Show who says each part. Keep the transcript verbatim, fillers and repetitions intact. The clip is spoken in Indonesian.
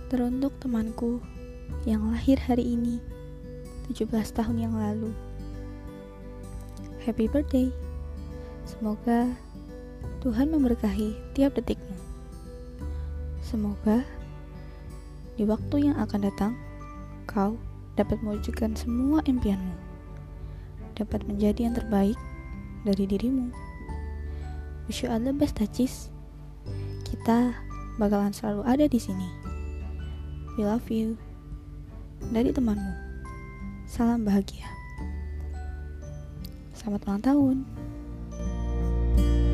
Speaker 1: Teruntuk temanku yang lahir hari ini, tujuh belas tahun yang lalu. Happy birthday. Semoga Tuhan memberkahi tiap detikmu. Semoga di waktu yang akan datang, kau dapat mewujudkan semua impianmu, dapat menjadi yang terbaik dari dirimu. Wish you all the best, Tacis. Kita bakalan selalu ada di sini. We love you. Dari temanmu. Salam bahagia. Selamat ulang tahun.